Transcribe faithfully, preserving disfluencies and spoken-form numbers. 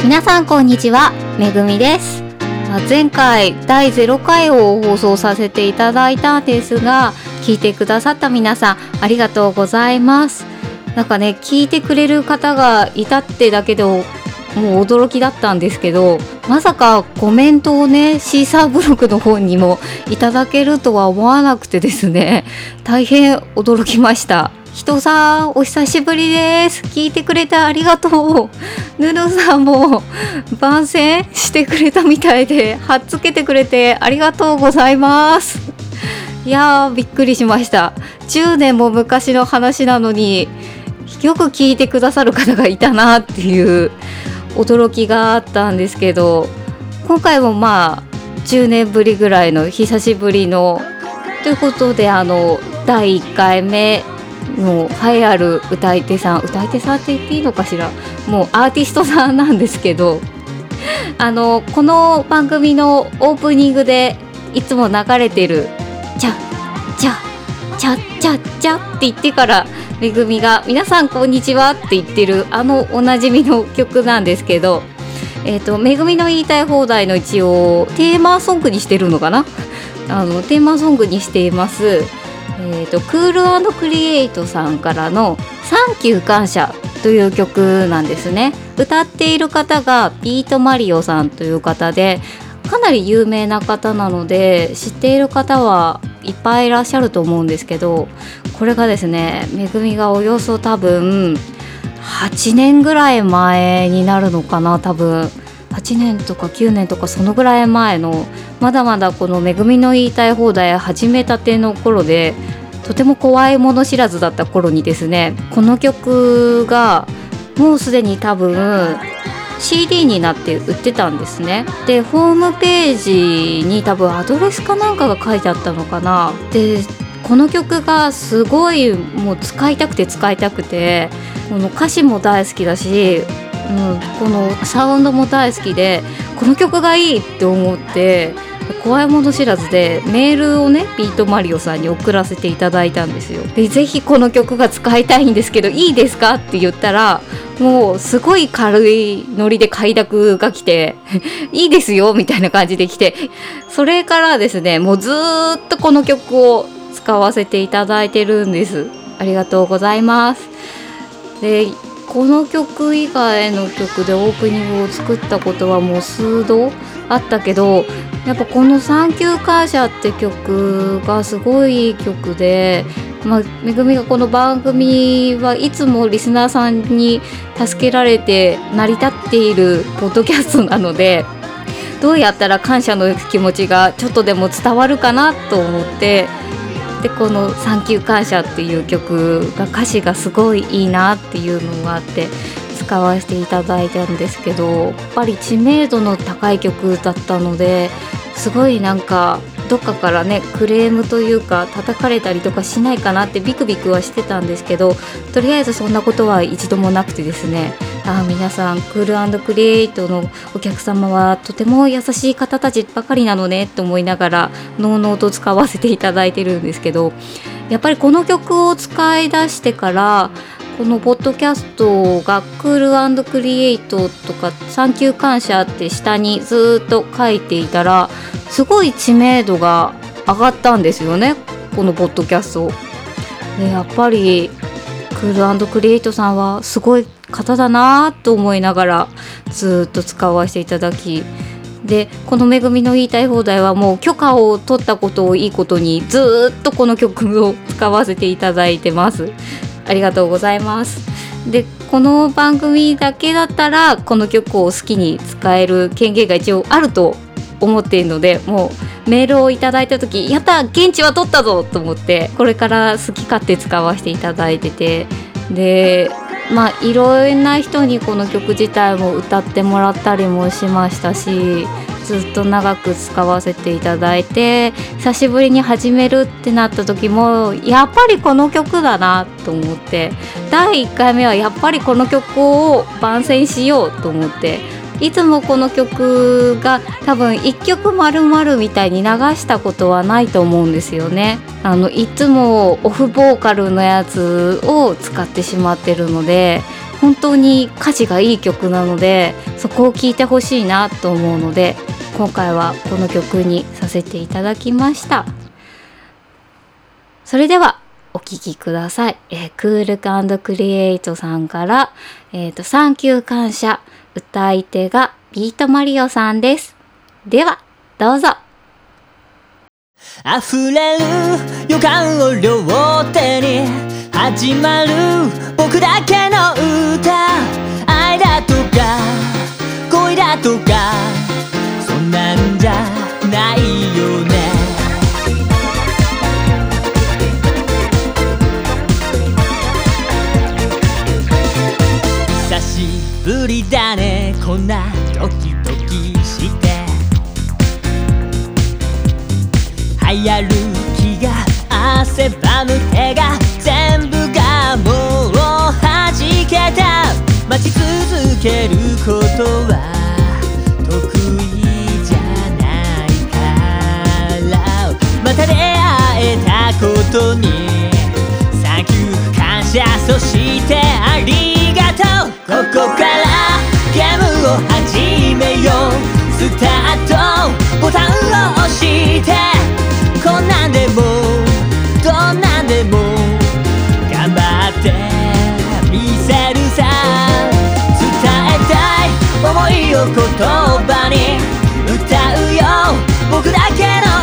皆さんこんにちは、めぐみです。前回だいゼロかいを放送させていただいたんですが、聞いてくださった皆さんありがとうございます。なんかね、聞いてくれる方がいたってだけでもう驚きだったんですけど、まさかコメントをねシーサーブログの方にもいただけるとは思わなくてですね、大変驚きました。人さんお久しぶりです。聞いてくれてありがとう。ぬるさんも番宣してくれたみたいで、はっつけてくれてありがとうございます。いやーびっくりしました。じゅうねんも昔の話なのによく聞いてくださる方がいたなっていう驚きがあったんですけど、今回もまあじゅうねんぶりぐらいの久しぶりのということで、あのだいいっかいめの栄えある歌い手さん歌い手さんって言っていいのかしら、もうアーティストさんなんですけど、あのこの番組のオープニングでいつも流れてるチャチャチャチャチャって言ってからめぐみが皆さんこんにちはって言ってるあのおなじみの曲なんですけど、えーと、めぐみの言いたい放題の一応テーマソングにしてるのかな、あのテーマソングにしています、えーと、クール&クリエイトさんからのサンキュー感謝という曲なんですね。歌っている方がビートマリオさんという方で、かなり有名な方なので知っている方はいっぱいいらっしゃると思うんですけど、これがですね、めぐみがおよそ多分はちねんぐらい前になるのかな、多分はちねんとかきゅうねんとかそのぐらい前の、まだまだこのめぐみの言いたい放題始めたての頃で、とても怖いもの知らずだった頃にですね、この曲がもうすでに多分シーディー になって売ってたんですね。でホームページに多分アドレスかなんかが書いてあったのかな。でこの曲がすごいもう使いたくて使いたくて、この歌詞も大好きだし、うん、このサウンドも大好きで、この曲がいいって思って怖いもの知らずでメールをねビートマリオさんに送らせていただいたんですよ。でぜひこの曲が使いたいんですけどいいですかって言ったら、もうすごい軽いノリで快諾が来ていいですよみたいな感じで来て、それからですねもうずーっとこの曲を使わせていただいてるんです。ありがとうございます。でこの曲以外の曲でオープニングを作ったことはもう数度あったけど、やっぱこのサンキュー感謝って曲がすごいいい曲で、まあ、めぐみがこの番組はいつもリスナーさんに助けられて成り立っているポッドキャストなので、どうやったら感謝の気持ちがちょっとでも伝わるかなと思って、でこのサンキュー感謝っていう曲が歌詞がすごいいいなっていうのがあって使わせていただいたんですけど、やっぱり知名度の高い曲だったので、すごいなんかどっかからねクレームというか叩かれたりとかしないかなってビクビクはしてたんですけど、とりあえずそんなことは一度もなくてですね、あ皆さんクール&クリエイトのお客様はとても優しい方たちばかりなのねと思いながらのうのうと使わせていただいてるんですけど、やっぱりこの曲を使い出してからこのポッドキャストがクール&クリエイトとかサンキュー感謝って下にずっと書いていたら、すごい知名度が上がったんですよね、このポッドキャストで。やっぱりクール&クリエイトさんはすごい方だなと思いながらずっと使わせていただき、でこのめぐみの言いたい放題はもう許可を取ったことをいいことにずっとこの曲を使わせていただいてます。ありがとうございます。でこの番組だけだったらこの曲を好きに使える権限が一応あると思っているので、もうメールをいただいた時やった現地は取ったぞと思ってこれから好き勝手使わせていただいてて、でまあいろんな人にこの曲自体も歌ってもらったりもしましたし、ずっと長く使わせていただいて、久しぶりに始めるってなった時もやっぱりこの曲だなと思って、だいいっかいめはやっぱりこの曲を番宣しようと思って、いつもこの曲が多分いっきょく丸々みたいに流したことはないと思うんですよね。あのいつもオフボーカルのやつを使ってしまってるので、 本当に歌詞がいい曲なので、そこを聴いてほしいなと思うので、今回はこの曲にさせていただきました。それではお聴きください。えー、クールカンクリエイトさんから、えーと、サンキュー感謝、歌い手がビートマリオさんです。ではどうぞ。 溢れる予感を両手に始まる僕だけの歌、愛だとか恋だとかそんなんじゃないよね。久しぶりだね、こんなドキドキして流行る気が汗ばむ手が全部がもう弾けた。待ち続けることは得意じゃないからまた出会えたことにサンキュー感謝、そしてありがとう。ここからゲームを始めよう。スタートボタンを押してこんなんでもどんなんでも頑張ってみせるさ。伝えたい想いを言葉に歌うよ、僕だけの